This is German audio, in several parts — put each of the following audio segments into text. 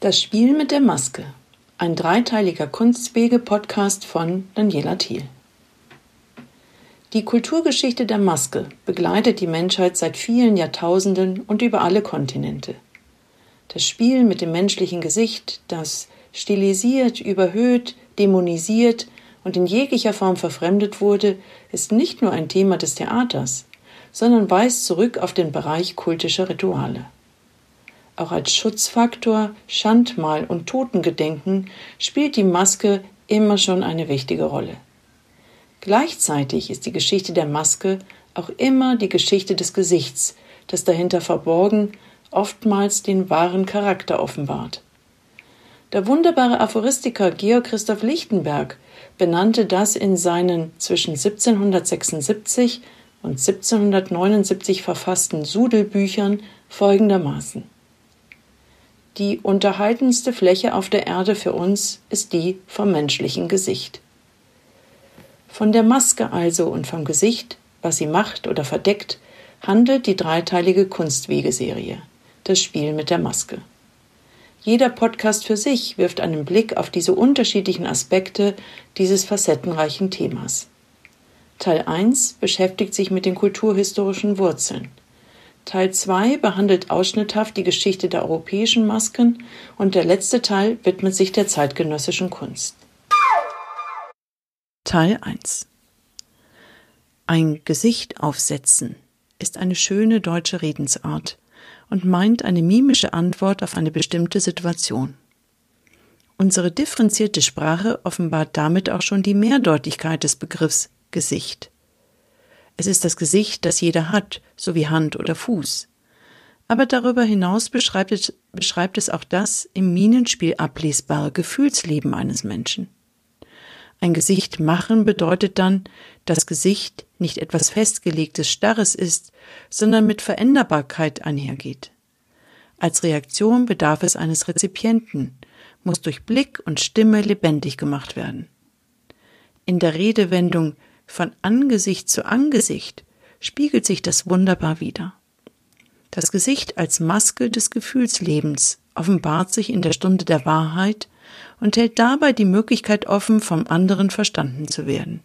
Das Spiel mit der Maske. Ein dreiteiliger Kunstwege-Podcast von Daniela Thiel. Die Kulturgeschichte der Maske begleitet die Menschheit seit vielen Jahrtausenden und über alle Kontinente. Das Spiel mit dem menschlichen Gesicht, das stilisiert, überhöht, dämonisiert und in jeglicher Form verfremdet wurde, ist nicht nur ein Thema des Theaters, sondern weist zurück auf den Bereich kultischer Rituale. Auch als Schutzfaktor, Schandmal und Totengedenken spielt die Maske immer schon eine wichtige Rolle. Gleichzeitig ist die Geschichte der Maske auch immer die Geschichte des Gesichts, das dahinter verborgen oftmals den wahren Charakter offenbart. Der wunderbare Aphoristiker Georg Christoph Lichtenberg benannte das in seinen zwischen 1776 und 1779 verfassten Sudelbüchern folgendermaßen: Die unterhaltendste Fläche auf der Erde für uns ist die vom menschlichen Gesicht. Von der Maske also und vom Gesicht, was sie macht oder verdeckt, handelt die dreiteilige Kunstwegeserie, das Spiel mit der Maske. Jeder Podcast für sich wirft einen Blick auf diese unterschiedlichen Aspekte dieses facettenreichen Themas. Teil 1 beschäftigt sich mit den kulturhistorischen Wurzeln. Teil 2 behandelt ausschnitthaft die Geschichte der europäischen Masken und der letzte Teil widmet sich der zeitgenössischen Kunst. Teil 1. Ein Gesicht aufsetzen ist eine schöne deutsche Redensart und meint eine mimische Antwort auf eine bestimmte Situation. Unsere differenzierte Sprache offenbart damit auch schon die Mehrdeutigkeit des Begriffs Gesicht. Es ist das Gesicht, das jeder hat, so wie Hand oder Fuß. Aber darüber hinaus beschreibt es auch das im Mienenspiel ablesbare Gefühlsleben eines Menschen. Ein Gesicht machen bedeutet dann, dass Gesicht nicht etwas Festgelegtes, Starres ist, sondern mit Veränderbarkeit einhergeht. Als Reaktion bedarf es eines Rezipienten, muss durch Blick und Stimme lebendig gemacht werden. In der Redewendung von Angesicht zu Angesicht spiegelt sich das wunderbar wider. Das Gesicht als Maske des Gefühlslebens offenbart sich in der Stunde der Wahrheit und hält dabei die Möglichkeit offen, vom anderen verstanden zu werden.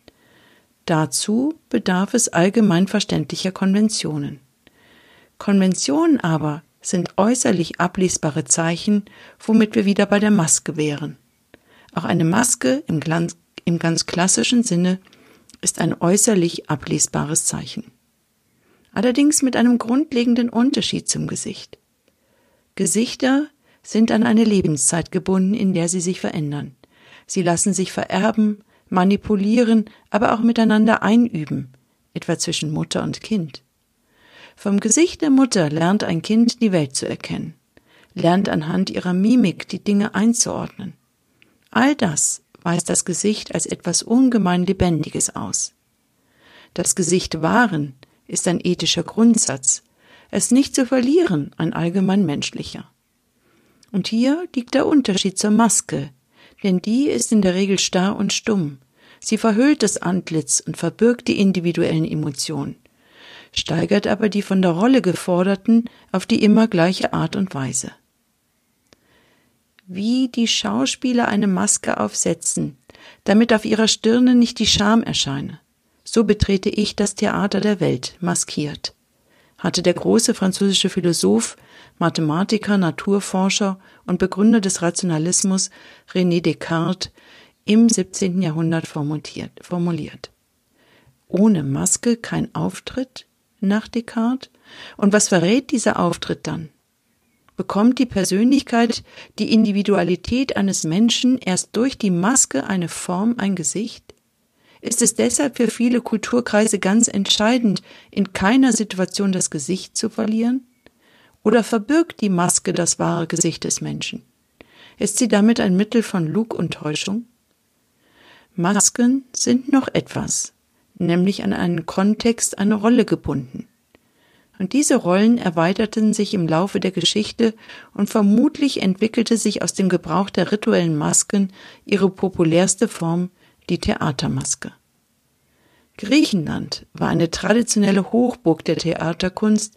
Dazu bedarf es allgemein verständlicher Konventionen. Konventionen aber sind äußerlich ablesbare Zeichen, womit wir wieder bei der Maske wären. Auch eine Maske im ganz klassischen Sinne ist ein äußerlich ablesbares Zeichen. Allerdings mit einem grundlegenden Unterschied zum Gesicht. Gesichter sind an eine Lebenszeit gebunden, in der sie sich verändern. Sie lassen sich vererben, manipulieren, aber auch miteinander einüben, etwa zwischen Mutter und Kind. Vom Gesicht der Mutter lernt ein Kind, die Welt zu erkennen, lernt anhand ihrer Mimik die Dinge einzuordnen. All das weist das Gesicht als etwas ungemein Lebendiges aus. Das Gesicht wahren ist ein ethischer Grundsatz, es nicht zu verlieren ein allgemein menschlicher. Und hier liegt der Unterschied zur Maske, denn die ist in der Regel starr und stumm. Sie verhüllt das Antlitz und verbirgt die individuellen Emotionen, steigert aber die von der Rolle geforderten auf die immer gleiche Art und Weise. Wie die Schauspieler eine Maske aufsetzen, damit auf ihrer Stirne nicht die Scham erscheine. So betrete ich das Theater der Welt, maskiert, hatte der große französische Philosoph, Mathematiker, Naturforscher und Begründer des Rationalismus René Descartes im 17. Jahrhundert formuliert. Ohne Maske kein Auftritt, nach Descartes? Und was verrät dieser Auftritt dann? Bekommt die Persönlichkeit, die Individualität eines Menschen erst durch die Maske eine Form, ein Gesicht? Ist es deshalb für viele Kulturkreise ganz entscheidend, in keiner Situation das Gesicht zu verlieren? Oder verbirgt die Maske das wahre Gesicht des Menschen? Ist sie damit ein Mittel von Lug und Täuschung? Masken sind noch etwas, nämlich an einen Kontext, eine Rolle gebunden. Und diese Rollen erweiterten sich im Laufe der Geschichte und vermutlich entwickelte sich aus dem Gebrauch der rituellen Masken ihre populärste Form, die Theatermaske. Griechenland war eine traditionelle Hochburg der Theaterkunst,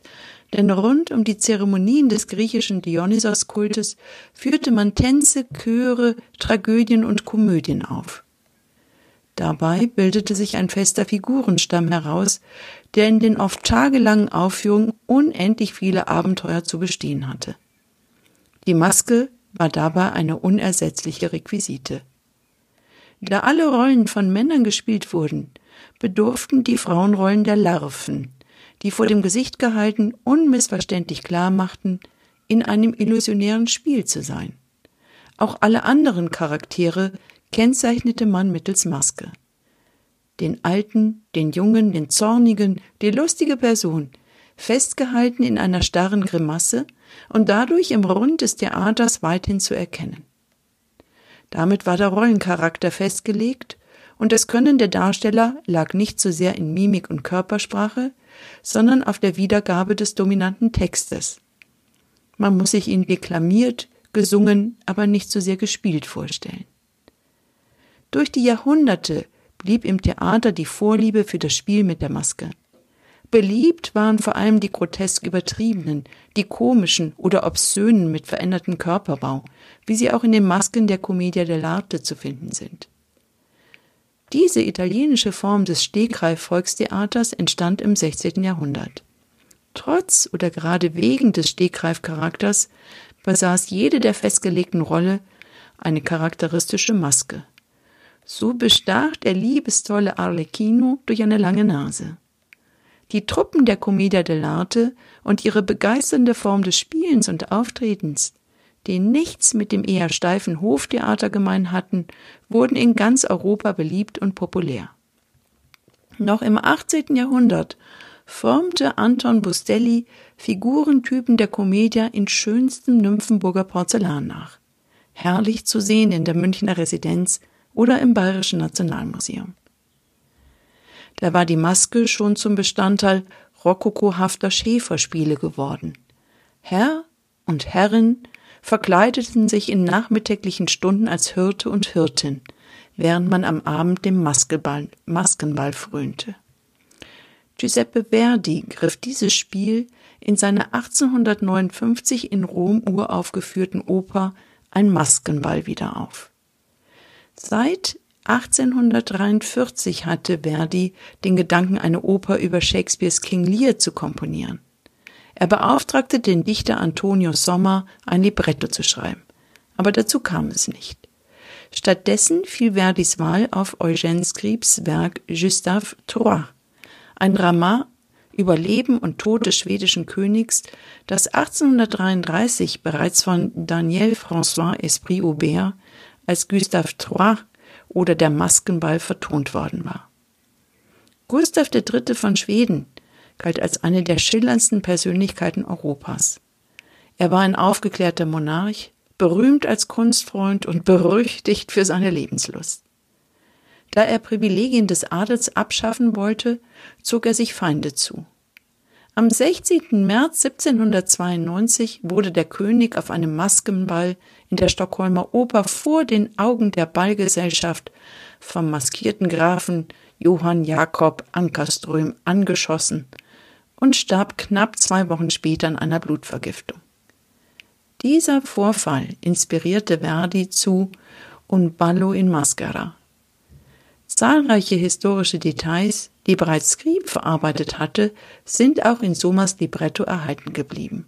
denn rund um die Zeremonien des griechischen Dionysos-Kultes führte man Tänze, Chöre, Tragödien und Komödien auf. Dabei bildete sich ein fester Figurenstamm heraus, der in den oft tagelangen Aufführungen unendlich viele Abenteuer zu bestehen hatte. Die Maske war dabei eine unersetzliche Requisite. Da alle Rollen von Männern gespielt wurden, bedurften die Frauenrollen der Larven, die vor dem Gesicht gehalten unmissverständlich klar machten, in einem illusionären Spiel zu sein. Auch alle anderen Charaktere kennzeichnete man mittels Maske. Den Alten, den Jungen, den Zornigen, die lustige Person, festgehalten in einer starren Grimasse und dadurch im Rund des Theaters weithin zu erkennen. Damit war der Rollencharakter festgelegt und das Können der Darsteller lag nicht so sehr in Mimik und Körpersprache, sondern auf der Wiedergabe des dominanten Textes. Man muss sich ihn deklamiert, gesungen, aber nicht so sehr gespielt vorstellen. Durch die Jahrhunderte blieb im Theater die Vorliebe für das Spiel mit der Maske. Beliebt waren vor allem die grotesk übertriebenen, die komischen oder obszönen mit verändertem Körperbau, wie sie auch in den Masken der Commedia dell'arte zu finden sind. Diese italienische Form des Stegreif-Volkstheaters entstand im 16. Jahrhundert. Trotz oder gerade wegen des Stegreif-Charakters besaß jede der festgelegten Rolle eine charakteristische Maske. So bestach der liebestolle Arlecchino durch eine lange Nase. Die Truppen der Commedia dell'arte und ihre begeisternde Form des Spielens und Auftretens, die nichts mit dem eher steifen Hoftheater gemein hatten, wurden in ganz Europa beliebt und populär. Noch im 18. Jahrhundert formte Anton Bustelli Figurentypen der Commedia in schönstem Nymphenburger Porzellan nach. Herrlich zu sehen in der Münchner Residenz oder im Bayerischen Nationalmuseum. Da war die Maske schon zum Bestandteil rokokohafter Schäferspiele geworden. Herr und Herrin verkleideten sich in nachmittäglichen Stunden als Hirte und Hirtin, während man am Abend dem Maskenball frönte. Giuseppe Verdi griff dieses Spiel in seiner 1859 in Rom uraufgeführten Oper Ein Maskenball wieder auf. Seit 1843 hatte Verdi den Gedanken, eine Oper über Shakespeares King Lear zu komponieren. Er beauftragte den Dichter Antonio Somma, ein Libretto zu schreiben. Aber dazu kam es nicht. Stattdessen fiel Verdis Wahl auf Eugène Scribes Werk Gustave III, ein Drama über Leben und Tod des schwedischen Königs, das 1833 bereits von Daniel François Esprit-Aubert als Gustave III oder der Maskenball vertont worden war. Gustav III. Von Schweden galt als eine der schillerndsten Persönlichkeiten Europas. Er war ein aufgeklärter Monarch, berühmt als Kunstfreund und berüchtigt für seine Lebenslust. Da er Privilegien des Adels abschaffen wollte, zog er sich Feinde zu. Am 16. März 1792 wurde der König auf einem Maskenball in der Stockholmer Oper vor den Augen der Ballgesellschaft vom maskierten Grafen Johann Jakob Ankarström angeschossen und starb knapp 2 Wochen später an einer Blutvergiftung. Dieser Vorfall inspirierte Verdi zu Un ballo in maschera. Zahlreiche historische Details, die bereits Scribe verarbeitet hatte, sind auch in Sommas Libretto erhalten geblieben.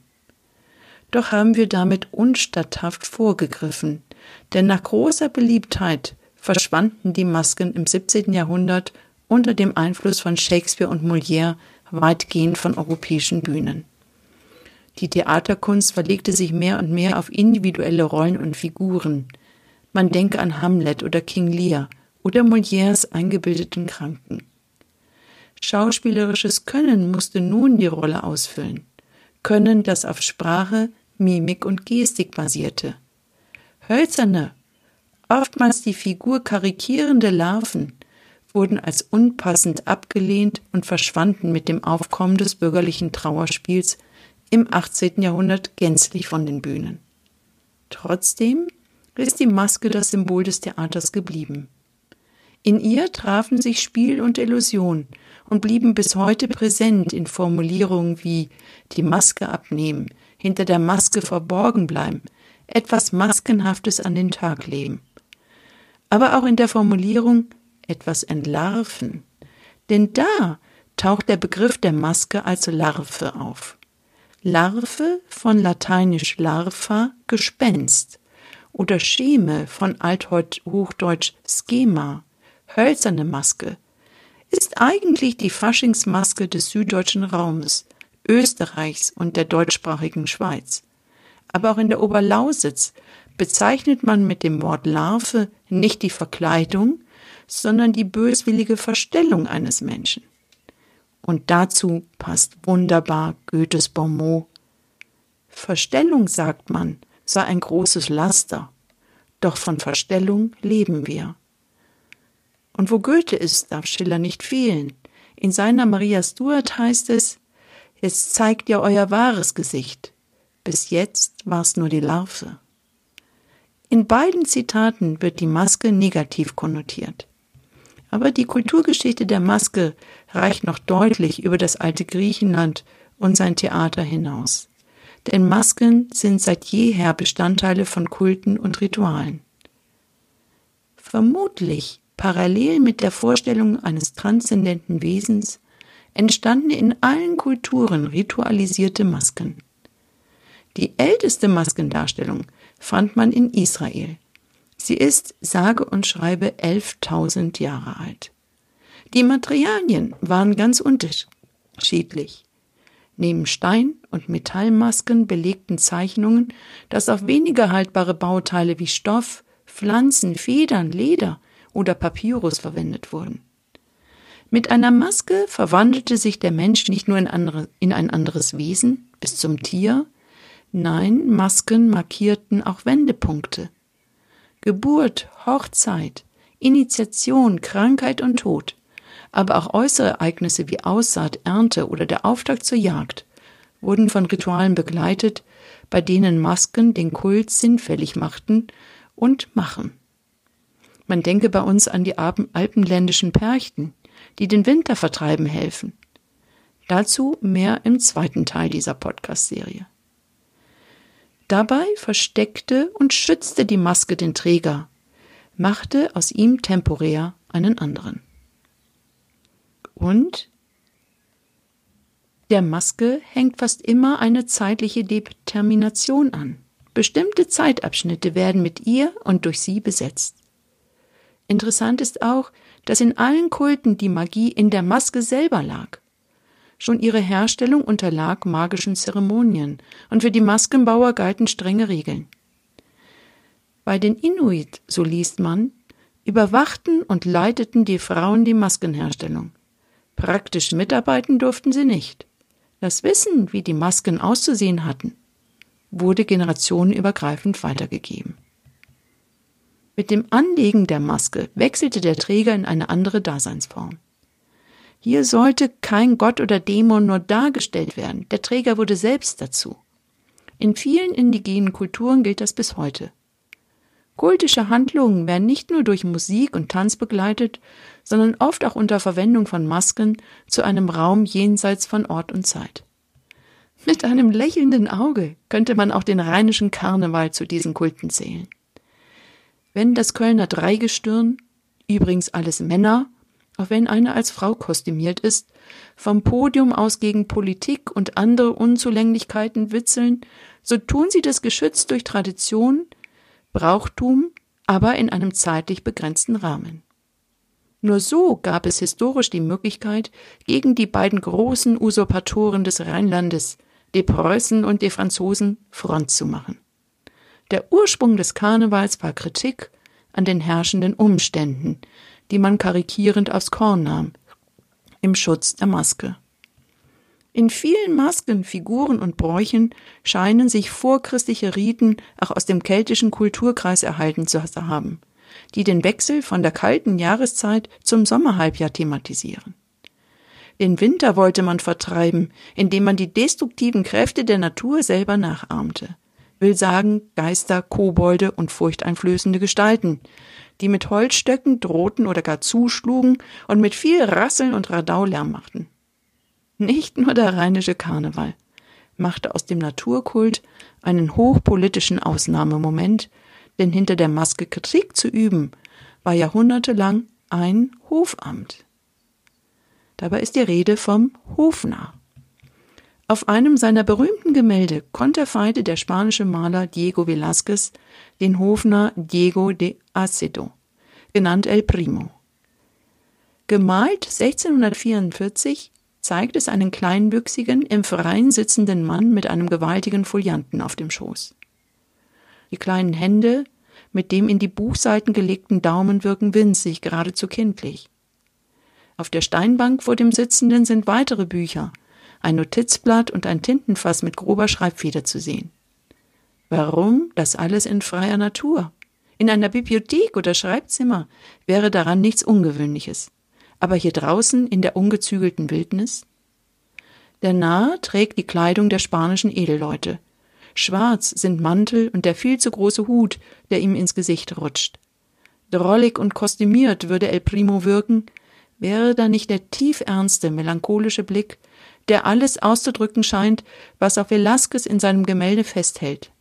Doch haben wir damit unstatthaft vorgegriffen, denn nach großer Beliebtheit verschwanden die Masken im 17. Jahrhundert unter dem Einfluss von Shakespeare und Molière weitgehend von europäischen Bühnen. Die Theaterkunst verlegte sich mehr und mehr auf individuelle Rollen und Figuren. Man denke an Hamlet oder King Lear oder Molières eingebildeten Kranken. Schauspielerisches Können musste nun die Rolle ausfüllen. Können, das auf Sprache, Mimik und Gestik basierte. Hölzerne, oftmals die Figur karikierende Larven wurden als unpassend abgelehnt und verschwanden mit dem Aufkommen des bürgerlichen Trauerspiels im 18. Jahrhundert gänzlich von den Bühnen. Trotzdem ist die Maske das Symbol des Theaters geblieben. In ihr trafen sich Spiel und Illusion und blieben bis heute präsent in Formulierungen wie die Maske abnehmen, hinter der Maske verborgen bleiben, etwas Maskenhaftes an den Tag legen. Aber auch in der Formulierung etwas entlarven. Denn da taucht der Begriff der Maske als Larve auf. Larve von lateinisch larva, Gespenst, oder Scheme von althochdeutsch Schema, hölzerne Maske, ist eigentlich die Faschingsmaske des süddeutschen Raumes, Österreichs und der deutschsprachigen Schweiz. Aber auch in der Oberlausitz bezeichnet man mit dem Wort Larve nicht die Verkleidung, sondern die böswillige Verstellung eines Menschen. Und dazu passt wunderbar Goethes Bonmot: Verstellung, sagt man, sei ein großes Laster, doch von Verstellung leben wir. Und wo Goethe ist, darf Schiller nicht fehlen. In seiner Maria Stuart heißt es: Es zeigt ja euer wahres Gesicht. Bis jetzt war's nur die Larve. In beiden Zitaten wird die Maske negativ konnotiert. Aber die Kulturgeschichte der Maske reicht noch deutlich über das alte Griechenland und sein Theater hinaus. Denn Masken sind seit jeher Bestandteile von Kulten und Ritualen. Vermutlich parallel mit der Vorstellung eines transzendenten Wesens entstanden in allen Kulturen ritualisierte Masken. Die älteste Maskendarstellung fand man in Israel. Sie ist sage und schreibe 11.000 Jahre alt. Die Materialien waren ganz unterschiedlich. Neben Stein- und Metallmasken belegten Zeichnungen, dass auf weniger haltbare Bauteile wie Stoff, Pflanzen, Federn, Leder oder Papyrus verwendet wurden. Mit einer Maske verwandelte sich der Mensch nicht nur in ein anderes Wesen, bis zum Tier. Nein, Masken markierten auch Wendepunkte. Geburt, Hochzeit, Initiation, Krankheit und Tod, aber auch äußere Ereignisse wie Aussaat, Ernte oder der Auftakt zur Jagd wurden von Ritualen begleitet, bei denen Masken den Kult sinnfällig machten und machen. Man denke bei uns an die alpenländischen Perchten, die den Winter vertreiben helfen. Dazu mehr im zweiten Teil dieser Podcast-Serie. Dabei versteckte und schützte die Maske den Träger, machte aus ihm temporär einen anderen. Und der Maske hängt fast immer eine zeitliche Determination an. Bestimmte Zeitabschnitte werden mit ihr und durch sie besetzt. Interessant ist auch, dass in allen Kulten die Magie in der Maske selber lag. Schon ihre Herstellung unterlag magischen Zeremonien und für die Maskenbauer galten strenge Regeln. Bei den Inuit, so liest man, überwachten und leiteten die Frauen die Maskenherstellung. Praktisch mitarbeiten durften sie nicht. Das Wissen, wie die Masken auszusehen hatten, wurde generationenübergreifend weitergegeben. Mit dem Anlegen der Maske wechselte der Träger in eine andere Daseinsform. Hier sollte kein Gott oder Dämon nur dargestellt werden, der Träger wurde selbst dazu. In vielen indigenen Kulturen gilt das bis heute. Kultische Handlungen werden nicht nur durch Musik und Tanz begleitet, sondern oft auch unter Verwendung von Masken zu einem Raum jenseits von Ort und Zeit. Mit einem lächelnden Auge könnte man auch den rheinischen Karneval zu diesen Kulten zählen. Wenn das Kölner Dreigestirn, übrigens alles Männer, auch wenn eine als Frau kostümiert ist, vom Podium aus gegen Politik und andere Unzulänglichkeiten witzeln, so tun sie das geschützt durch Tradition, Brauchtum, aber in einem zeitlich begrenzten Rahmen. Nur so gab es historisch die Möglichkeit, gegen die beiden großen Usurpatoren des Rheinlandes, die Preußen und die Franzosen, Front zu machen. Der Ursprung des Karnevals war Kritik an den herrschenden Umständen, die man karikierend aufs Korn nahm, im Schutz der Maske. In vielen Masken, Figuren und Bräuchen scheinen sich vorchristliche Riten auch aus dem keltischen Kulturkreis erhalten zu haben, die den Wechsel von der kalten Jahreszeit zum Sommerhalbjahr thematisieren. Den Winter wollte man vertreiben, indem man die destruktiven Kräfte der Natur selber nachahmte. will sagen Geister, Kobolde und furchteinflößende Gestalten, die mit Holzstöcken drohten oder gar zuschlugen und mit viel Rasseln und Radau Lärm machten. Nicht nur der rheinische Karneval machte aus dem Naturkult einen hochpolitischen Ausnahmemoment, denn hinter der Maske Kritik zu üben, war jahrhundertelang ein Hofamt. Dabei ist die Rede vom Hofnarr. Auf einem seiner berühmten Gemälde konterfeite der spanische Maler Diego Velázquez den Hofnarr Diego de Acedo, genannt El Primo. Gemalt 1644 zeigt es einen kleinwüchsigen, im Freien sitzenden Mann mit einem gewaltigen Folianten auf dem Schoß. Die kleinen Hände mit dem in die Buchseiten gelegten Daumen wirken winzig, geradezu kindlich. Auf der Steinbank vor dem Sitzenden sind weitere Bücher, ein Notizblatt und ein Tintenfass mit grober Schreibfeder zu sehen. Warum das alles in freier Natur? In einer Bibliothek oder Schreibzimmer wäre daran nichts Ungewöhnliches. Aber hier draußen in der ungezügelten Wildnis? Der Narr trägt die Kleidung der spanischen Edelleute. Schwarz sind Mantel und der viel zu große Hut, der ihm ins Gesicht rutscht. Drollig und kostümiert würde El Primo wirken, wäre da nicht der tiefernste, melancholische Blick, der alles auszudrücken scheint, was auch Velázquez in seinem Gemälde festhält.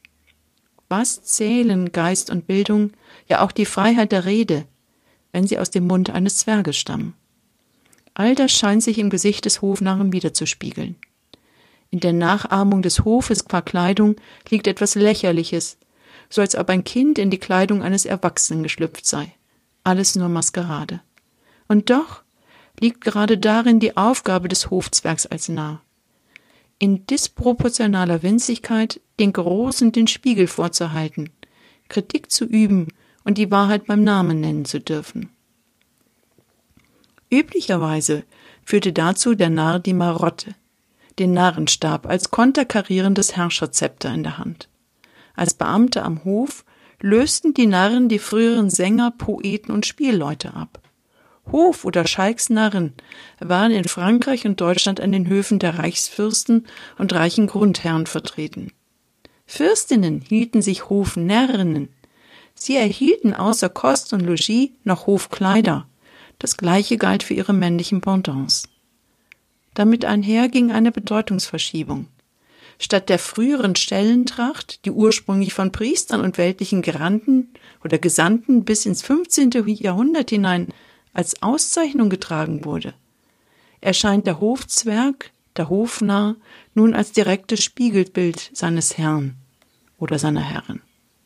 Was zählen Geist und Bildung, ja auch die Freiheit der Rede, wenn sie aus dem Mund eines Zwerges stammen? All das scheint sich im Gesicht des Hofnarren wiederzuspiegeln. In der Nachahmung des Hofes qua Kleidung liegt etwas Lächerliches, so als ob ein Kind in die Kleidung eines Erwachsenen geschlüpft sei. Alles nur Maskerade. Und doch liegt gerade darin die Aufgabe des Hofzwergs als Narr. In disproportionaler Winzigkeit den Großen den Spiegel vorzuhalten, Kritik zu üben und die Wahrheit beim Namen nennen zu dürfen. Üblicherweise führte dazu der Narr die Marotte, den Narrenstab als konterkarierendes Herrscherzepter in der Hand. Als Beamte am Hof lösten die Narren die früheren Sänger, Poeten und Spielleute ab. Hof- oder Schalksnarren waren in Frankreich und Deutschland an den Höfen der Reichsfürsten und reichen Grundherren vertreten. Fürstinnen hielten sich Hofnärrinnen. Sie erhielten außer Kost und Logis noch Hofkleider. Das Gleiche galt für ihre männlichen Pendants. Damit einher ging eine Bedeutungsverschiebung. Statt der früheren Stellentracht, die ursprünglich von Priestern und weltlichen Granden oder Gesandten bis ins 15. Jahrhundert hinein als Auszeichnung getragen wurde, erscheint der Hofzwerg, der Hofnarr, nun als direktes Spiegelbild seines Herrn oder seiner Herrin.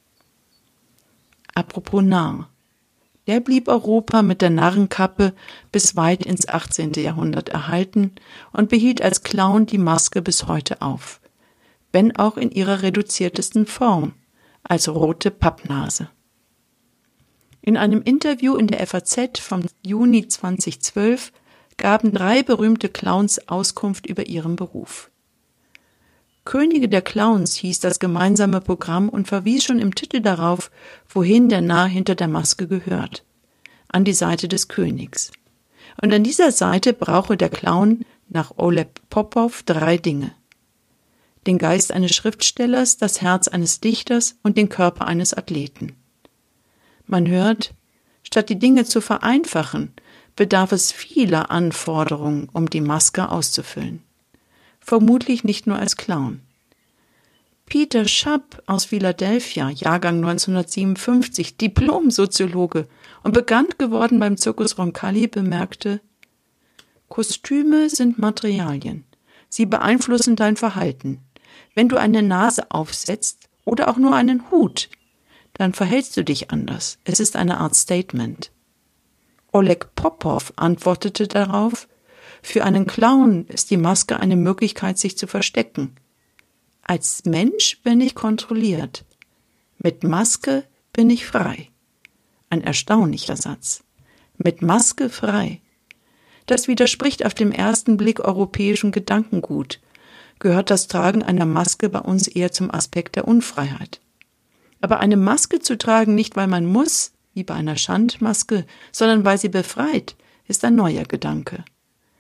Apropos Narr. Der blieb Europa mit der Narrenkappe bis weit ins 18. Jahrhundert erhalten und behielt als Clown die Maske bis heute auf, wenn auch in ihrer reduziertesten Form, als rote Pappnase. In einem Interview in der FAZ vom Juni 2012 gaben 3 berühmte Clowns Auskunft über ihren Beruf. Könige der Clowns hieß das gemeinsame Programm und verwies schon im Titel darauf, wohin der Narr hinter der Maske gehört: an die Seite des Königs. Und an dieser Seite brauche der Clown nach Oleg Popov 3 Dinge: den Geist eines Schriftstellers, das Herz eines Dichters und den Körper eines Athleten. Man hört, statt die Dinge zu vereinfachen, bedarf es vieler Anforderungen, um die Maske auszufüllen. Vermutlich nicht nur als Clown. Peter Schapp aus Philadelphia, Jahrgang 1957, Diplom-Soziologe und bekannt geworden beim Zirkus Roncalli, bemerkte: Kostüme sind Materialien. Sie beeinflussen dein Verhalten. Wenn du eine Nase aufsetzt oder auch nur einen Hut, dann verhältst du dich anders. Es ist eine Art Statement. Oleg Popov antwortete darauf: Für einen Clown ist die Maske eine Möglichkeit, sich zu verstecken. Als Mensch bin ich kontrolliert. Mit Maske bin ich frei. Ein erstaunlicher Satz. Mit Maske frei. Das widerspricht auf den ersten Blick europäischem Gedankengut. Gehört das Tragen einer Maske bei uns eher zum Aspekt der Unfreiheit. Aber eine Maske zu tragen, nicht weil man muss, wie bei einer Schandmaske, sondern weil sie befreit, ist ein neuer Gedanke.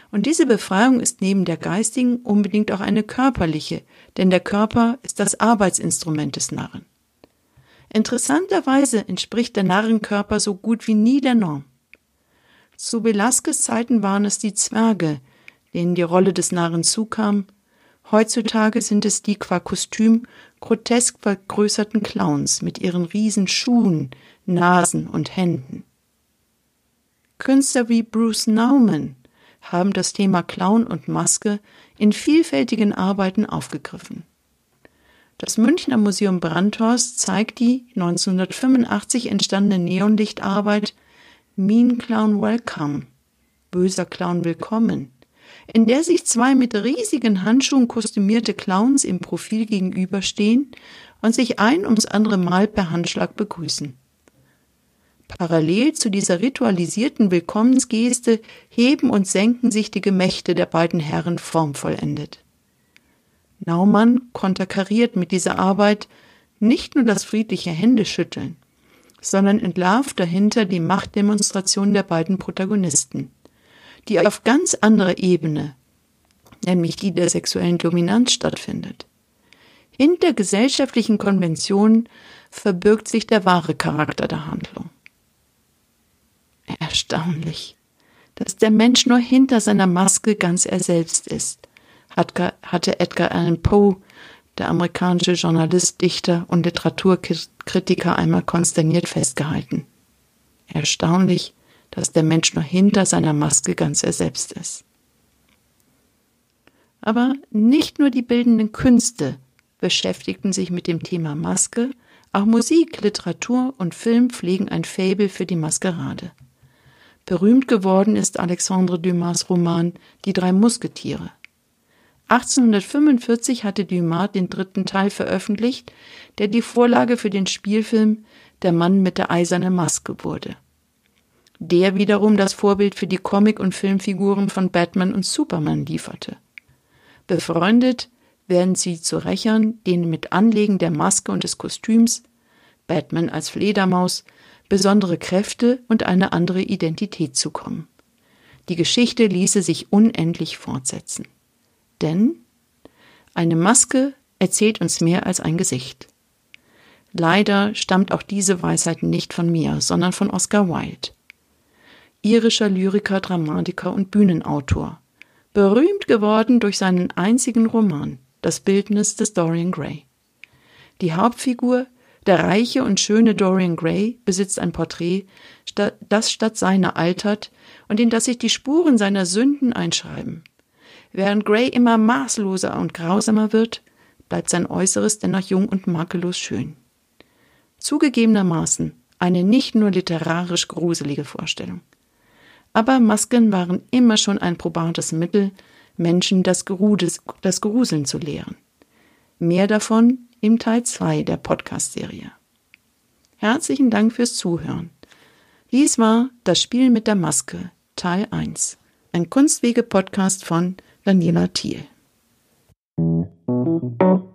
Und diese Befreiung ist neben der geistigen unbedingt auch eine körperliche, denn der Körper ist das Arbeitsinstrument des Narren. Interessanterweise entspricht der Narrenkörper so gut wie nie der Norm. Zu Velasquez Zeiten waren es die Zwerge, denen die Rolle des Narren zukam. Heutzutage sind es die qua Kostüm grotesk vergrößerten Clowns mit ihren riesen Schuhen, Nasen und Händen. Künstler wie Bruce Nauman haben das Thema Clown und Maske in vielfältigen Arbeiten aufgegriffen. Das Münchner Museum Brandhorst zeigt die 1985 entstandene Neonlichtarbeit Mean Clown Welcome, böser Clown willkommen, in der sich zwei mit riesigen Handschuhen kostümierte Clowns im Profil gegenüberstehen und sich ein ums andere Mal per Handschlag begrüßen. Parallel zu dieser ritualisierten Willkommensgeste heben und senken sich die Gemächte der beiden Herren formvollendet. Naumann konterkariert mit dieser Arbeit nicht nur das friedliche Händeschütteln, sondern entlarvt dahinter die Machtdemonstration der beiden Protagonisten, die auf ganz anderer Ebene, nämlich die der sexuellen Dominanz, stattfindet. Hinter gesellschaftlichen Konventionen verbirgt sich der wahre Charakter der Handlung. Erstaunlich, dass der Mensch nur hinter seiner Maske ganz er selbst ist, hatte Edgar Allan Poe, der amerikanische Journalist, Dichter und Literaturkritiker, einmal konsterniert festgehalten. Erstaunlich, dass der Mensch nur hinter seiner Maske ganz er selbst ist. Aber nicht nur die bildenden Künste beschäftigten sich mit dem Thema Maske, auch Musik, Literatur und Film pflegen ein Faible für die Maskerade. Berühmt geworden ist Alexandre Dumas' Roman Die drei Musketiere. 1845 hatte Dumas den 3. Teil veröffentlicht, der die Vorlage für den Spielfilm Der Mann mit der eisernen Maske wurde. Der wiederum das Vorbild für die Comic- und Filmfiguren von Batman und Superman lieferte. Befreundet werden sie zu Rächern, denen mit Anlegen der Maske und des Kostüms, Batman als Fledermaus, besondere Kräfte und eine andere Identität zukommen. Die Geschichte ließe sich unendlich fortsetzen. Denn eine Maske erzählt uns mehr als ein Gesicht. Leider stammt auch diese Weisheit nicht von mir, sondern von Oscar Wilde. Irischer Lyriker, Dramatiker und Bühnenautor. Berühmt geworden durch seinen einzigen Roman, Das Bildnis des Dorian Gray. Die Hauptfigur, der reiche und schöne Dorian Gray, besitzt ein Porträt, das statt seiner altert und in das sich die Spuren seiner Sünden einschreiben. Während Gray immer maßloser und grausamer wird, bleibt sein Äußeres dennoch jung und makellos schön. Zugegebenermaßen eine nicht nur literarisch gruselige Vorstellung. Aber Masken waren immer schon ein probates Mittel, Menschen das Gruseln zu lehren. Mehr davon im Teil 2 der Podcast-Serie. Herzlichen Dank fürs Zuhören. Dies war Das Spiel mit der Maske, Teil 1. Ein Kunstwege-Podcast von Daniela Thiel.